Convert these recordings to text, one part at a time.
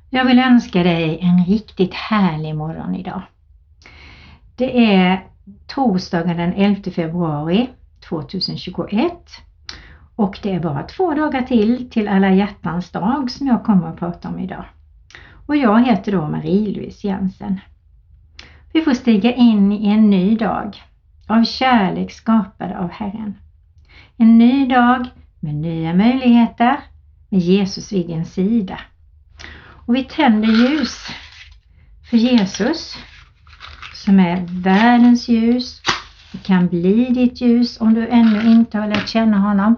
Jag vill önska dig en riktigt härlig morgon idag. Det är torsdagen den 11 februari 2021 och det är bara 2 dagar till alla hjärtans dag som jag kommer att prata om idag. Och jag heter då Marie-Louise Jensen. Vi får stiga in i en ny dag av kärlek skapad av Herren. En ny dag med nya möjligheter med Jesus vid din sida. Och vi tänder ljus för Jesus som är världens ljus. Det kan bli ditt ljus om du ännu inte har lärt känna honom.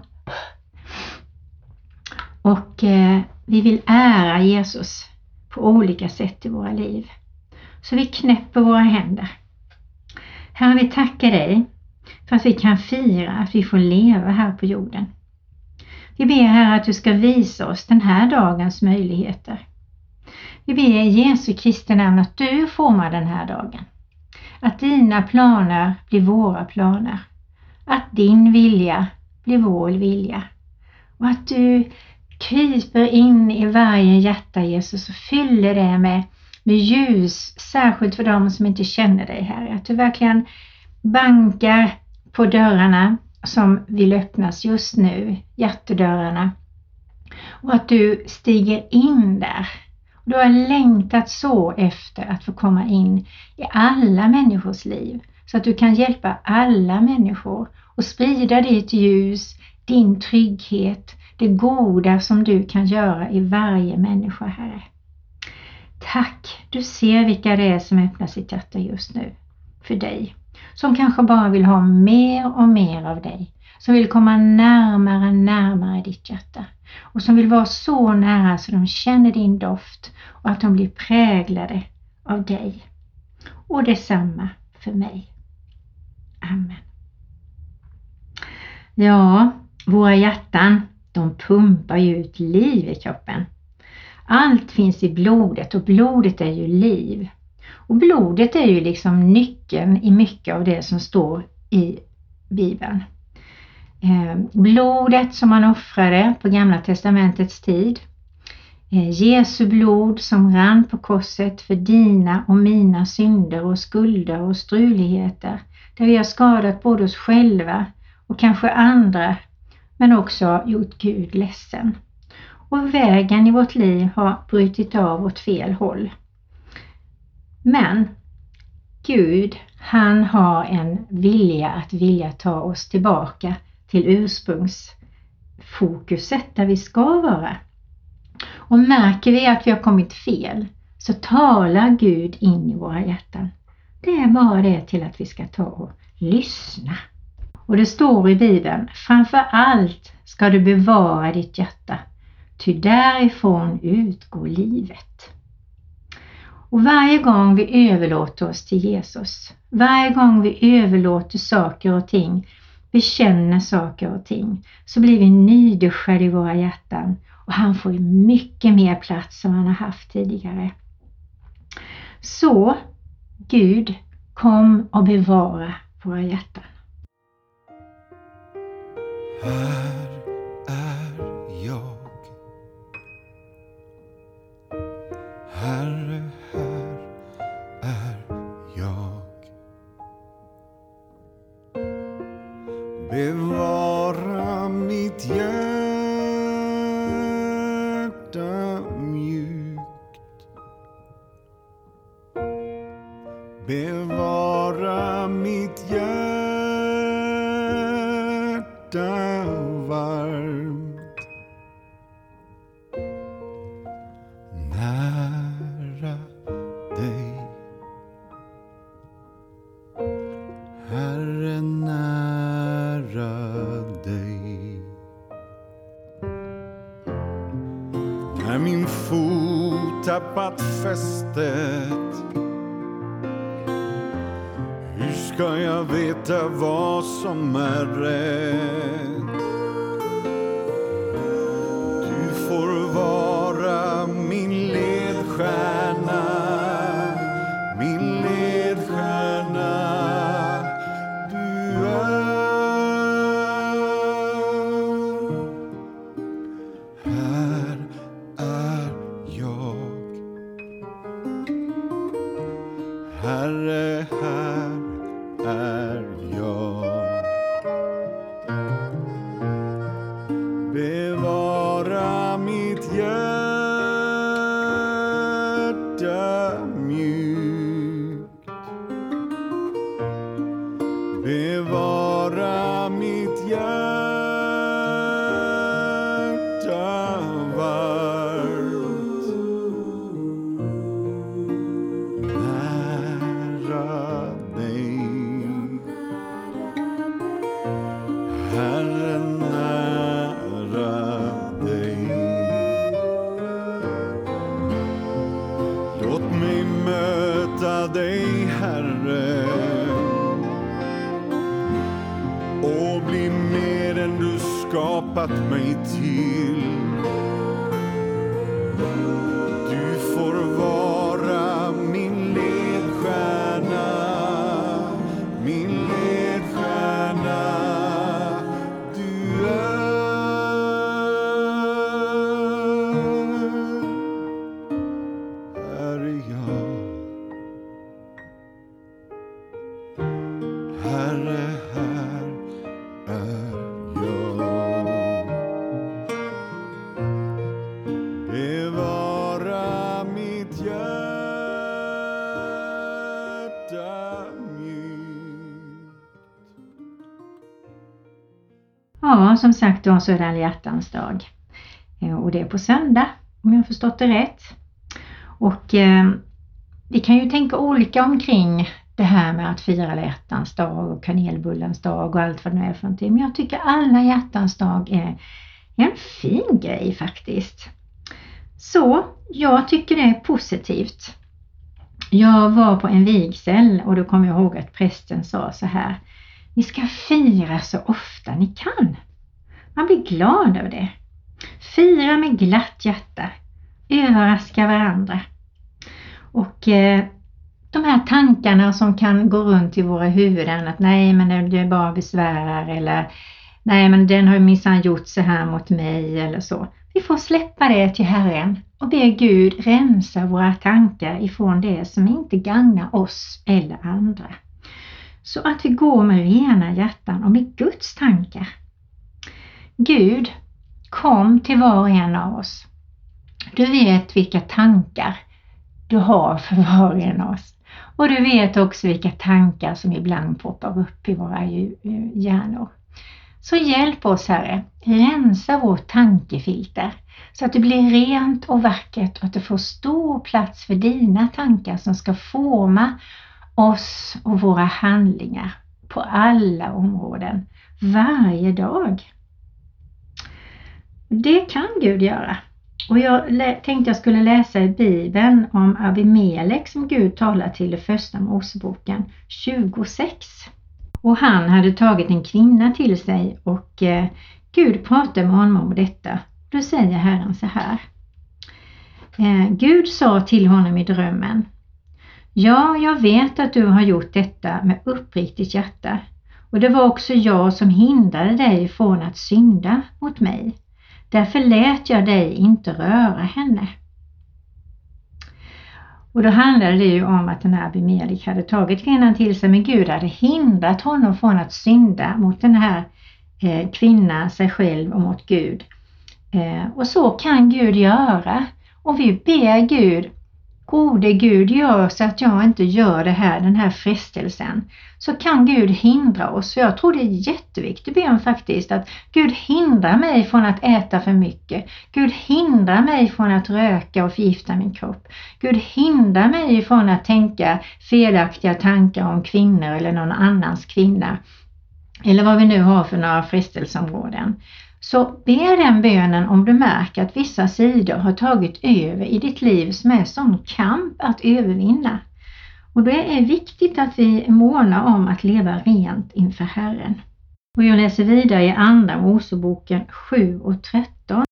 Och vi vill ära Jesus på olika sätt i våra liv. Så vi knäpper våra händer. Herre, vi tackar dig för att vi kan fira att vi får leva här på jorden. Vi ber här att du ska visa oss den här dagens möjligheter. Vi ber i Jesu Kristi namn att du formar den här dagen. Att dina planer blir våra planer. Att din vilja blir vår vilja. Och att du kryper in i varje hjärta, Jesus, och fyller det med ljus. Särskilt för dem som inte känner dig, Herre. Att du verkligen bankar på dörrarna som vill öppnas just nu. Hjärtedörrarna. Och att du stiger in där. Du har längtat så efter att få komma in i alla människors liv. Så att du kan hjälpa alla människor och sprida ditt ljus, din trygghet, det goda som du kan göra i varje människa, Herre. Tack, du ser vilka det är som öppnar sitt hjärta just nu för dig. Som kanske bara vill ha mer och mer av dig. Som vill komma närmare ditt hjärta. Och som vill vara så nära så de känner din doft och att de blir präglade av dig. Och detsamma för mig. Amen. Ja, våra hjärtan, de pumpar ju ut liv i kroppen. Allt finns i blodet och blodet är ju liv. Och blodet är ju liksom nyckeln i mycket av det som står i Bibeln. Blodet som man offrade på Gamla testamentets tid. Jesu blod som rann på korset för dina och mina synder och skulder och struligheter. Där vi har skadat både oss själva och kanske andra, men också gjort Gud ledsen. Och vägen i vårt liv har brutit av åt fel håll. Men Gud, han har en vilja ta oss tillbaka till ursprungsfokuset där vi ska vara. Och märker vi att vi har kommit fel så talar Gud in i våra hjärtan. Det är bara det till att vi ska ta och lyssna. Och det står i Bibeln, framför allt ska du bevara ditt hjärta, ty därifrån utgår livet. Och varje gång vi överlåter oss till Jesus, varje gång vi överlåter saker och ting, bekänner saker och ting, så blir vi nyduschade i våra hjärtan och han får mycket mer plats än han har haft tidigare. Så Gud, kom och bevara våra hjärtan. Här är jag, Herre, här är jag. Bevara mitt hjärta mjukt. Bevara mitt hjärta varmt. Nära dig, Herre, nära dig. När min fot tappat fästet, hur ska jag veta vad som är rätt? Du får vara min ledstjärna, min ledstjärna. Du är, här är jag. skapat mig till. Du får vara min ledstjärna, min ledstjärna. Du här är jag, Herre, här är jag. Bevara mitt hjärta mjukt. Ja, som sagt då så är det en hjärtans dag. Och det är på söndag, om jag har förstått det rätt. Och vi kan ju tänka olika omkring det här med att fira alla hjärtans dag och kanelbullens dag och allt vad det nu är för någonting. Men jag tycker alla hjärtans dag är en fin grej faktiskt. Så jag tycker det är positivt. Jag var på en vigsel och då kom jag ihåg att prästen sa så här: ni ska fira så ofta ni kan. Man blir glad över det. Fira med glatt hjärta. Överraska varandra. Och de här tankarna som kan gå runt i våra huvuden, att nej men det är bara besvärar, eller nej men den har minsann gjort så här mot mig eller så. Vi får släppa det till Herren och be Gud rensa våra tankar ifrån det som inte gagnar oss eller andra. Så att vi går med rena hjärtan och med Guds tankar. Gud, kom till var och en av oss. Du vet vilka tankar du har för var och en av oss. Och du vet också vilka tankar som ibland poppar upp i våra hjärnor. Så hjälp oss, Herre, rensa vårt tankefilter så att det blir rent och vackert och att det får stor plats för dina tankar som ska forma oss och våra handlingar på alla områden varje dag. Det kan Gud göra. Och jag tänkte jag skulle läsa i Bibeln om Abimelek som Gud talar till i första Moseboken 26. Och han hade tagit en kvinna till sig och Gud pratade med honom om detta. Då säger Herren så här. Gud sa till honom i drömmen: ja, jag vet att du har gjort detta med uppriktigt hjärta. Och det var också jag som hindrade dig från att synda mot mig. Därför lät jag dig inte röra henne. Och då handlade det ju om att den här Abimelek hade tagit kvinnan till sig, men Gud hade hindrat honom från att synda mot den här kvinnan, sig själv och mot Gud. Och så kan Gud göra. Och vi ber Gud, gode Gud, gör så att jag inte gör det här, den här frestelsen. Så kan Gud hindra oss. För jag tror det är jätteviktigt bön faktiskt, att Gud hindrar mig från att äta för mycket. Gud hindrar mig från att röka och förgifta min kropp. Gud hindrar mig från att tänka felaktiga tankar om kvinnor eller någon annans kvinna. Eller vad vi nu har för några frestelseområden. Så be den bönen om du märker att vissa sidor har tagit över i ditt liv som är sån kamp att övervinna. Och det är viktigt att vi månar om att leva rent inför Herren. Och jag läser vidare i andra Moseboken 7:13.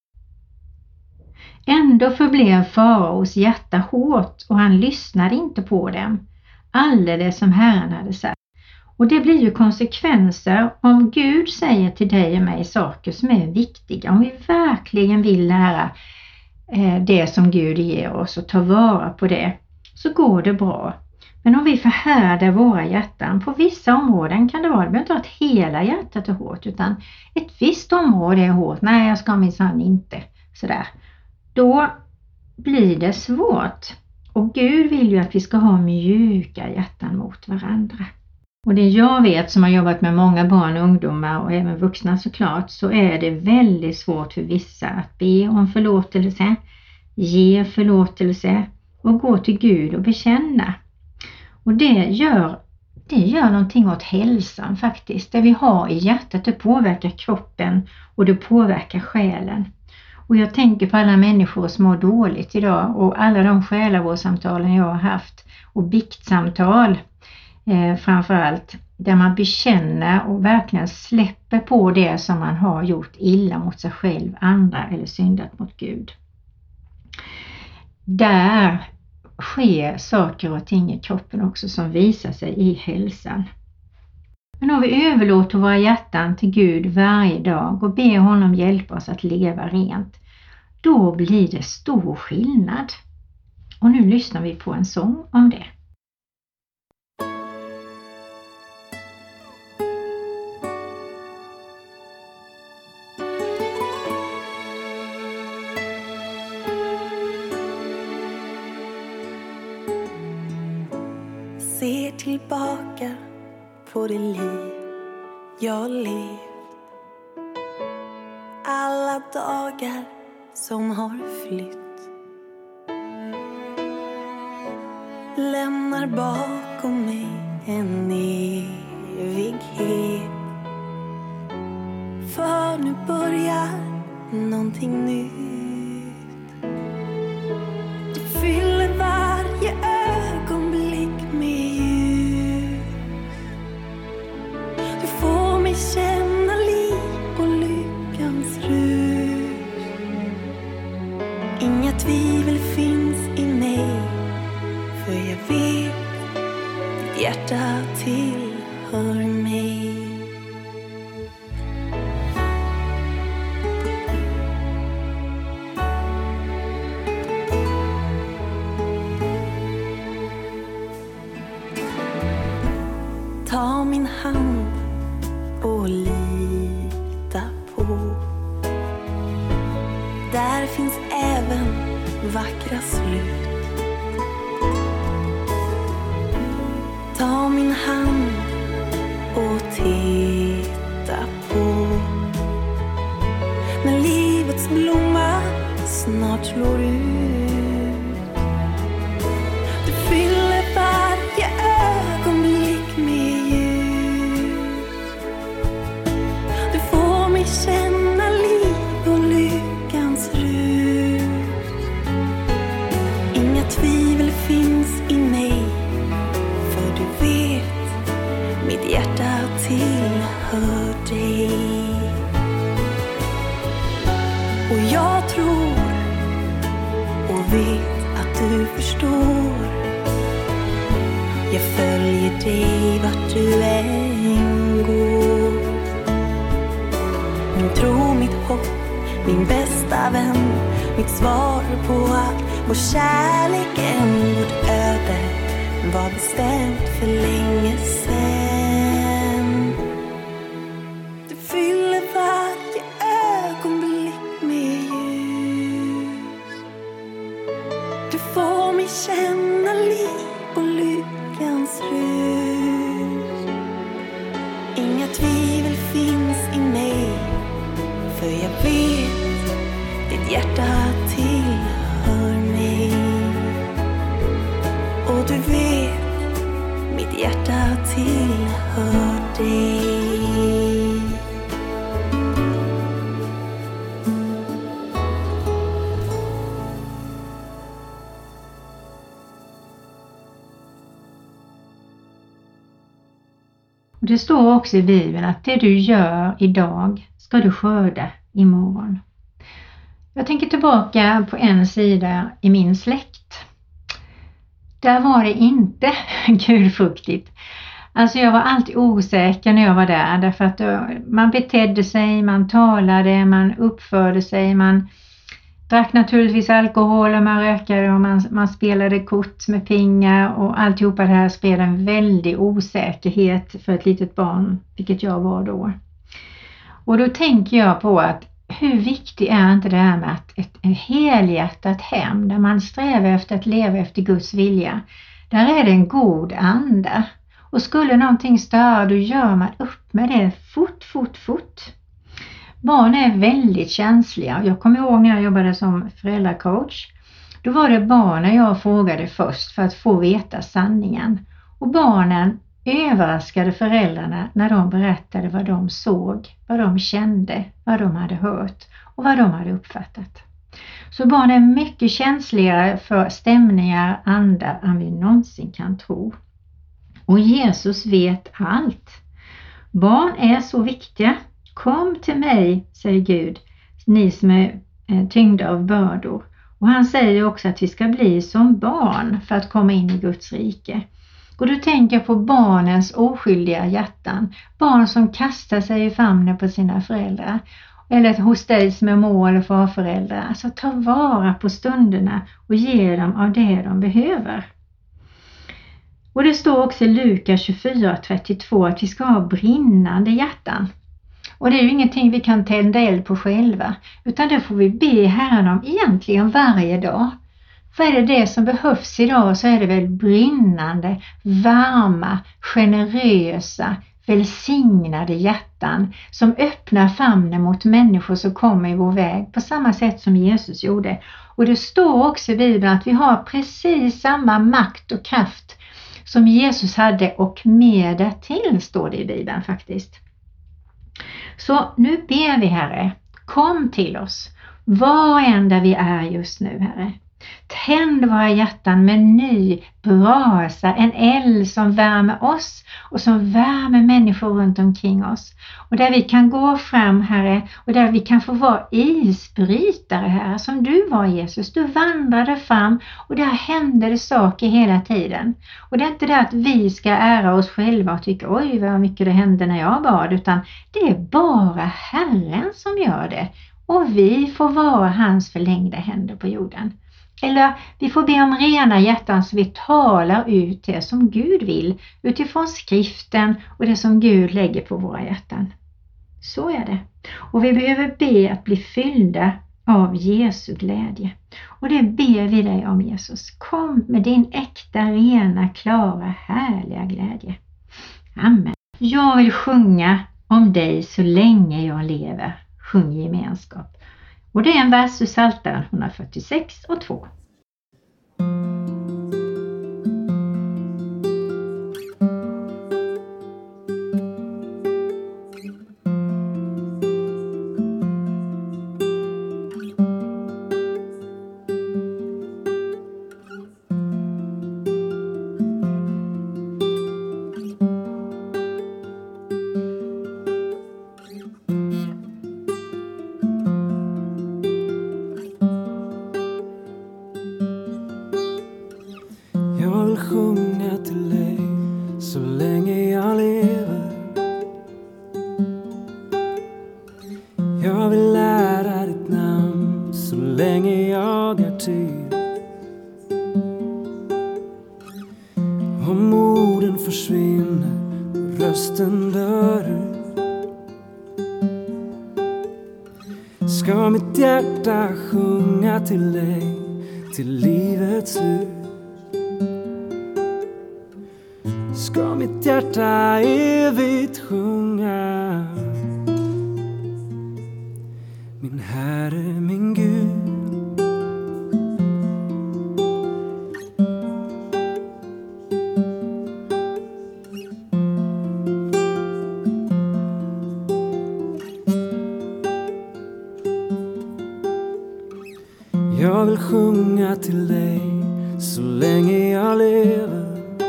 Ändå förblev faraos hjärta hårt och han lyssnade inte på dem, alldeles som Herren hade sagt. Och det blir ju konsekvenser om Gud säger till dig och mig saker som är viktiga. Om vi verkligen vill lära det som Gud ger oss och ta vara på det, så går det bra. Men om vi förhärdar våra hjärtan, på vissa områden kan det vara, det behöver inte vara att hela hjärtat är hårt, utan ett visst område är hårt. Nej, jag ska minsann inte. Sådär. Då blir det svårt. Och Gud vill ju att vi ska ha mjuka hjärtan mot varandra. Och det jag vet som har jobbat med många barn och ungdomar och även vuxna såklart, så är det väldigt svårt för vissa att be om förlåtelse, ge förlåtelse och gå till Gud och bekänna. Och det gör någonting åt hälsan faktiskt. Det vi har i hjärtat, det påverkar kroppen och det påverkar själen. Och jag tänker på alla människor som mår dåligt idag och alla de själavårdssamtalen jag har haft och biktsamtal framförallt. där man bekänner och verkligen släpper på det som man har gjort illa mot sig själv, andra eller syndat mot Gud. Där sker saker och ting i kroppen också som visar sig i hälsan. Men om vi överlåter våra hjärtan till Gud varje dag och ber honom hjälpa oss att leva rent, då blir det stor skillnad. Och nu lyssnar vi på en sång om det. Ser tillbaka på det liv jag levt, alla dagar som har flytt, lämnar bakom mig en evighet. För nu börjar någonting nytt. Du fyller varje ögonblick med ljus. Du får mig känna liv och lyckans rus. Inga tvivel finns i mig, för jag vet ditt hjärta tillhör mig. Ta min hand och lita på. Där finns även vackra slut. Ta min hand och titta på. När livets blomma snart slår ut. Du fyller varje ögonblick med ljus. Du får mig känna liv och lyckans rus. Inga tvivel finns i mig, för du vet mitt hjärta tillhör dig. Och jag tror och vet att du förstår. Jag följer dig vart du än går. Min tro, mitt hopp, min bästa vän. Mitt svar på allt, vår kärleken, vårt öde var bestämt för länge sedan. Du fyller varje ögonblick med ljus. Du får mig känna liv och lyckans rus. Inga tvivel finns i mig, för jag vet ditt hjärta tillhör mig. Och du vet mitt hjärta tillhör dig. Det står också i Bibeln att det du gör idag ska du skörda imorgon. Jag tänker tillbaka på en sida i min släkt. Där var det inte gudfruktigt. Alltså jag var alltid osäker när jag var där. Därför att man betedde sig, man talade, man uppförde sig. Man drack naturligtvis alkohol och man rökade och man spelade kort med pengar. Och alltihopa det här spelade en väldig osäkerhet för ett litet barn, vilket jag var då. Och då tänker jag på att hur viktigt är inte det här med att ett helhjärtat hem där man strävar efter att leva efter Guds vilja. Där är det en god anda. Och skulle någonting störa, då gör man upp med det fort. Barn är väldigt känsliga. Jag kommer ihåg när jag jobbade som föräldracoach. Då var det barnen jag frågade först för att få veta sanningen. Och barnen överraskade föräldrarna när de berättade vad de såg, vad de kände, vad de hade hört och vad de hade uppfattat. Så barn är mycket känsligare för stämningar, andar än vi någonsin kan tro. Och Jesus vet allt. Barn är så viktiga. Kom till mig, säger Gud, ni som är tyngda av bördor. Och han säger också att vi ska bli som barn för att komma in i Guds rike. Och du tänker på barnens oskyldiga hjärtan. Barn som kastar sig i famnen på sina föräldrar. Eller hos dig som är mor- eller farföräldrar. Alltså ta vara på stunderna och ge dem av det de behöver. Och det står också i Lukas 24:32 att vi ska ha brinnande hjärtan. Och det är ju ingenting vi kan tända eld på själva, utan det får vi be Herren om egentligen varje dag. För är det som behövs idag så är det väl brinnande, varma, generösa, välsignade hjärtan som öppnar famnen mot människor som kommer i vår väg på samma sätt som Jesus gjorde. Och det står också i Bibeln att vi har precis samma makt och kraft som Jesus hade och mer därtill, står det i Bibeln faktiskt. Så nu ber vi, Herre, kom till oss, var än där vi är just nu, Herre. Tänd våra hjärtan med ny brasa, en eld som värmer oss och som värmer människor runt omkring oss. Och där vi kan gå fram, Herre, och där vi kan få vara isbrytare, Herre, som du var, Jesus. Du vandrade fram och där hände det saker hela tiden. Och det är inte det att vi ska ära oss själva och tycka, oj vad mycket det hände när jag bad, utan det är bara Herren som gör det. Och vi får vara hans förlängda händer på jorden. Eller vi får be om rena hjärtan så vi talar ut det som Gud vill utifrån skriften och det som Gud lägger på våra hjärtan. Så är det. Och vi behöver be att bli fyllda av Jesu glädje. Och det ber vi dig om, Jesus. Kom med din äkta, rena, klara, härliga glädje. Amen. Jag vill sjunga om dig så länge jag lever. Sjung i gemenskap. Och det är en vers ur Psaltaren 146:2. Jag vill sjunga till dig så länge jag lever. Jag vill lära ditt namn så länge jag är till. Om orden försvinner och rösten dör ut, ska mitt hjärta sjunga till dig till livets slut. Ska mitt hjärta evigt sjunga, min Herre, min Gud. Jag vill sjunga till dig så länge jag lever.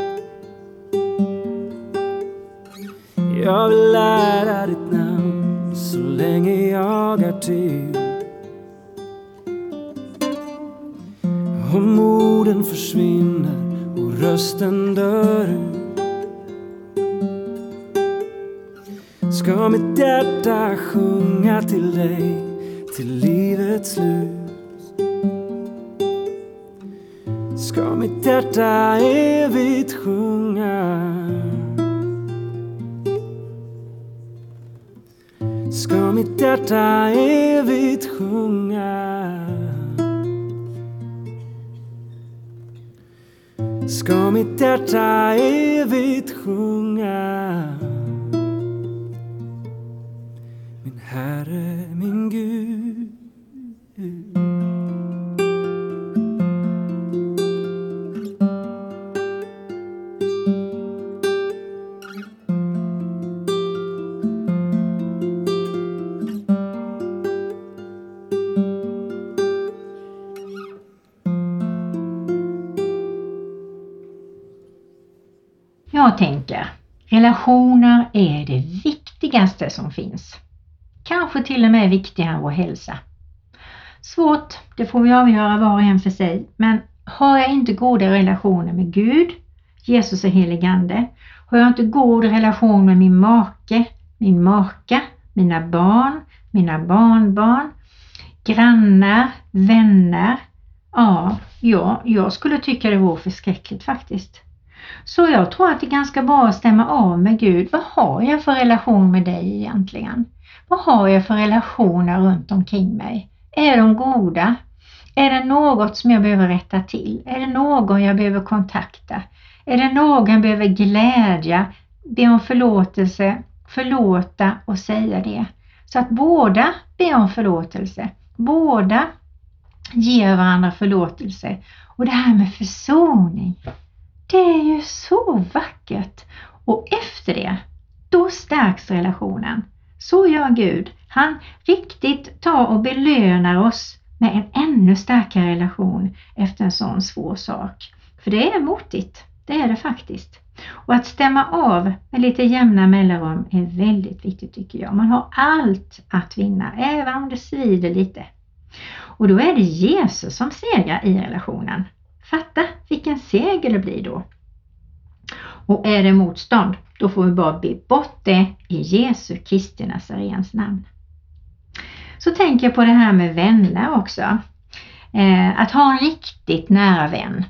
Jag vill lära ditt namn så länge jag är till. Om orden försvinner och rösten dör ut, ska mitt hjärta sjunga till dig till livets slut. Ska mitt hjärta evigt sjunga, ska mitt hjärta evigt sjunga, ska mitt hjärta evigt sjunga, min Herre, min Gud. Jag tänker, relationer är det viktigaste som finns. Kanske till och med viktigare än vår hälsa. Svårt, det får vi avgöra var och en för sig. Men har jag inte goda relationer med Gud, Jesus och helig ande, har jag inte god relation med min make, min maka, mina barn, mina barnbarn, grannar, vänner. Ja, jag skulle tycka det vore förskräckligt faktiskt. Så jag tror att det är ganska bra att stämma av med Gud. Vad har jag för relation med dig egentligen? Vad har jag för relationer runt omkring mig? Är de goda? Är det något som jag behöver rätta till? Är det någon jag behöver kontakta? Är det någon jag behöver glädja, be om förlåtelse, förlåta och säga det? Så att båda ber om förlåtelse. Båda ger varandra förlåtelse. Och det här med försoning, det är ju så vackert. Och efter det, då stärks relationen. Så gör Gud. Han riktigt tar och belönar oss med en ännu starkare relation efter en sån svår sak. För det är motigt. Det är det faktiskt. Och att stämma av med lite jämna mellanrum är väldigt viktigt tycker jag. Man har allt att vinna, även om det svider lite. Och då är det Jesus som segrar i relationen. Fatta vilken seger det blir då. Och är det motstånd, då får vi bara be bort det i Jesu Kristi Nazarens namn. Så tänker jag på det här med vänner också. Att ha en riktigt nära vän.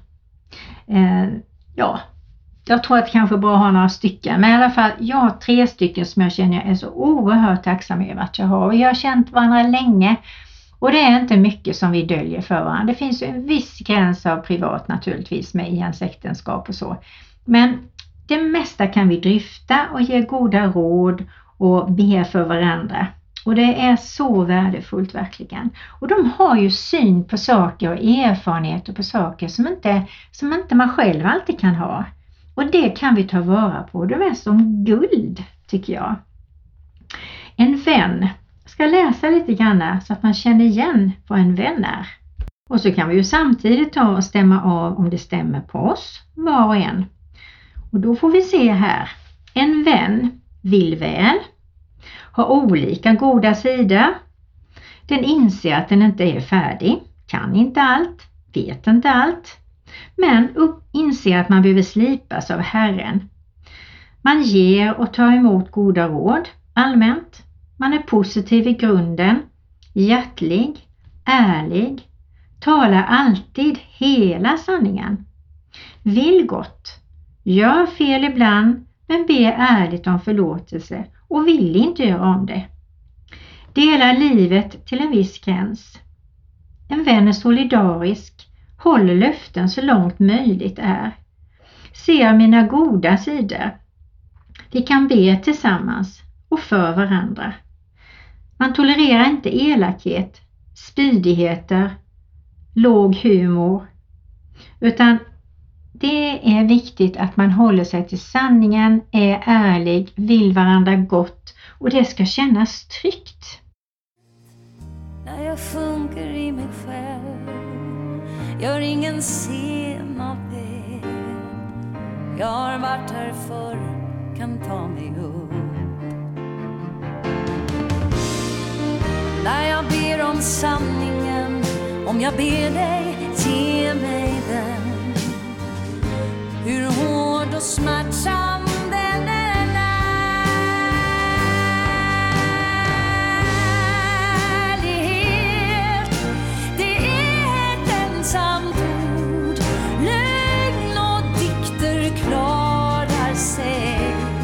Jag tror att det kanske är bra att ha några stycken. Men i alla fall, jag har 3 stycken som jag känner jag är så oerhört tacksam över att jag har. Och jag har känt varandra länge. Och det är inte mycket som vi döljer för varandra. Det finns ju en viss gräns av privat naturligtvis med ens äktenskap och så. Men det mesta kan vi dryfta och ge goda råd och be för varandra. Och det är så värdefullt verkligen. Och de har ju syn på saker och erfarenheter på saker som inte man själv alltid kan ha. Och det kan vi ta vara på. Det är som guld tycker jag. En vän. Ska läsa lite grann så att man känner igen vad en vän är. Och så kan vi ju samtidigt ta och stämma av om det stämmer på oss var och en. Och då får vi se här. En vän vill väl. Har olika goda sidor. Den inser att den inte är färdig. Kan inte allt. Vet inte allt. Men inser att man behöver slipas av Herren. Man ger och tar emot goda råd allmänt. Man är positiv i grunden. Hjärtlig. Ärlig. Talar alltid hela sanningen. Vill gott. Gör fel ibland men ber ärligt om förlåtelse och vill inte göra om det. Delar livet till en viss gräns. En vän är solidarisk, håller löften så långt möjligt är. Ser mina goda sidor. Vi kan be tillsammans och för varandra. Man tolererar inte elakhet, spydigheter, låg humor, utan det är viktigt att man håller sig till sanningen, är ärlig, vill varandra gott och det ska kännas tryggt. När jag sjunker i mig själv, gör ingen scen av det. Jag har varit här förr, kan ta mig upp. När jag ber om sanningen, om jag ber dig, ge mig den. Hur hård och smärtsam den är. Ärlighet, det är ett ensamt ord. Lögn och dikter klarar sig.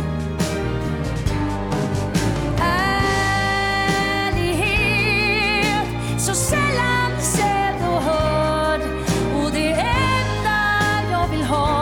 Ärlighet, så sällan sedd och hörd. Och det enda jag vill ha.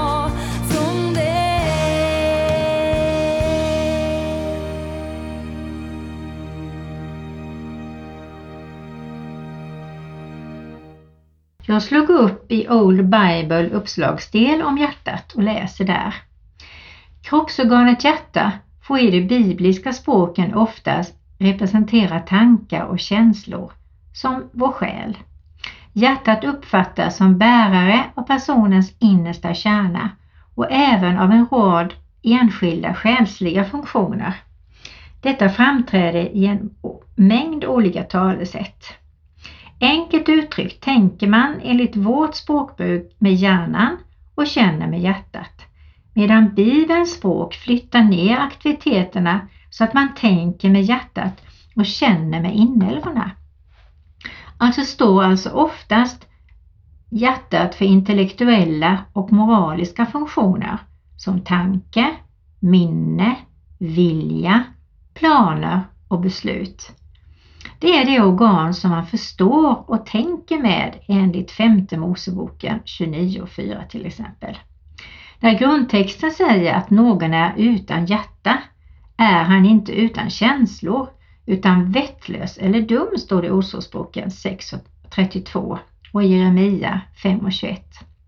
Jag slog upp i Old Bible uppslagsdel om hjärtat och läser där. Kroppsorganet hjärta får i de bibliska språken oftast representera tankar och känslor, som vår själ. Hjärtat uppfattas som bärare av personens innersta kärna och även av en rad enskilda själsliga funktioner. Detta framträder i en mängd olika talesätt. Enkelt uttryckt tänker man enligt vårt språkbruk med hjärnan och känner med hjärtat, medan Bibelns språk flyttar ner aktiviteterna så att man tänker med hjärtat och känner med inälvorna. Alltså står oftast hjärtat för intellektuella och moraliska funktioner som tanke, minne, vilja, planer och beslut. Det är det organ som man förstår och tänker med enligt 5:e Moseboken 29:4 till exempel. Där grundtexten säger att någon är utan hjärta är han inte utan känslor utan vettlös eller dum, står det i Ordspråksboken 6:32 och Jeremia 5:21.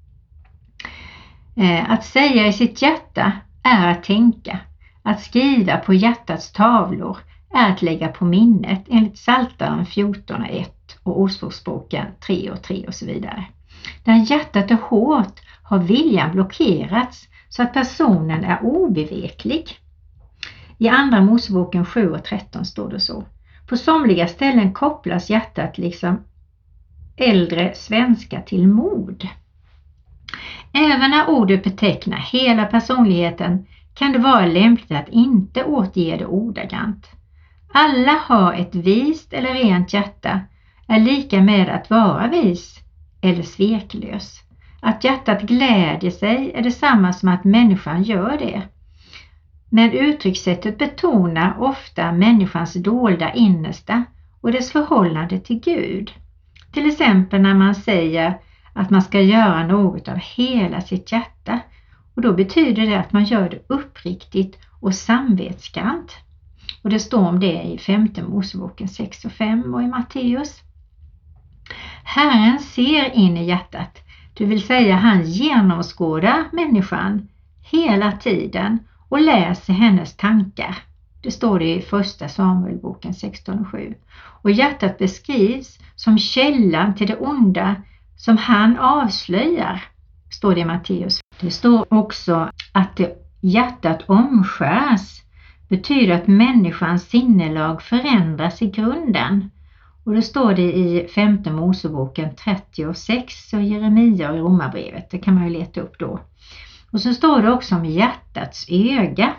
Att säga i sitt hjärta är att tänka. Att skriva på hjärtats tavlor är att lägga på minnet enligt Psaltaren 14:1 och Ordspråksboken 3:3 och så vidare. Där hjärtat är hårt har viljan blockerats så att personen är obeveklig. I andra Moseboken 7:13 står det så. På somliga ställen kopplas hjärtat liksom äldre svenska till mod. Även när ordet betecknar hela personligheten kan det vara lämpligt att inte återge det ordagrant. Alla har ett vist eller rent hjärta är lika med att vara vis eller sveklös. Att hjärtat glädjer sig är detsamma som att människan gör det. Men uttryckssättet betonar ofta människans dolda innersta och dess förhållande till Gud. Till exempel när man säger att man ska göra något av hela sitt hjärta. Och då betyder det att man gör det uppriktigt och samvetsgrant. Och det står om det i 5:e Moseboken 6:5 och i Matteus. Herren ser in i hjärtat, det vill säga han genomskådar människan hela tiden och läser hennes tankar. Det står det i 1 Samuelboken 16:7. Och hjärtat beskrivs som källan till det onda som han avslöjar, står det i Matteus. Det står också att hjärtat omskärs betyder att människans sinnelag förändras i grunden. Och det står det i 5:e Moseboken 36 och Jeremia och Romarbrevet. Det kan man ju leta upp då. Och så står det också om hjärtats öga.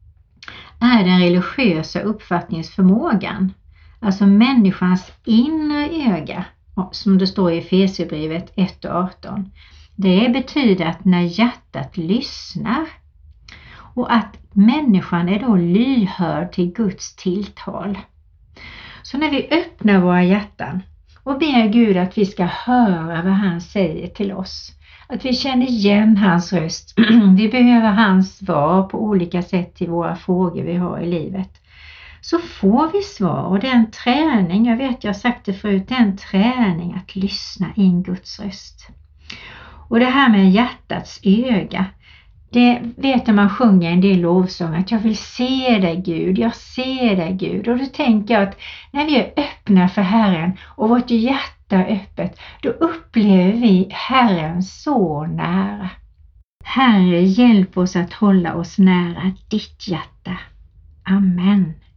Är den religiösa uppfattningsförmågan. Alltså människans inre öga. Som det står i Efesierbrevet 1:18. Det betyder att när hjärtat lyssnar. Och att människan är då lyhörd till Guds tilltal. Så när vi öppnar våra hjärtan och ber Gud att vi ska höra vad han säger till oss. Att vi känner igen hans röst. Vi behöver hans svar på olika sätt till våra frågor vi har i livet. Så får vi svar och det är en träning. Jag vet, jag har sagt det förut. Det är en träning att lyssna in Guds röst. Och det här med hjärtats öga. Det vet jag man sjunger en del lovsång att jag vill se dig Gud, jag ser dig Gud. Och då tänker jag att när vi är öppna för Herren och vårt hjärta är öppet, då upplever vi Herren så nära. Herre, hjälp oss att hålla oss nära ditt hjärta. Amen.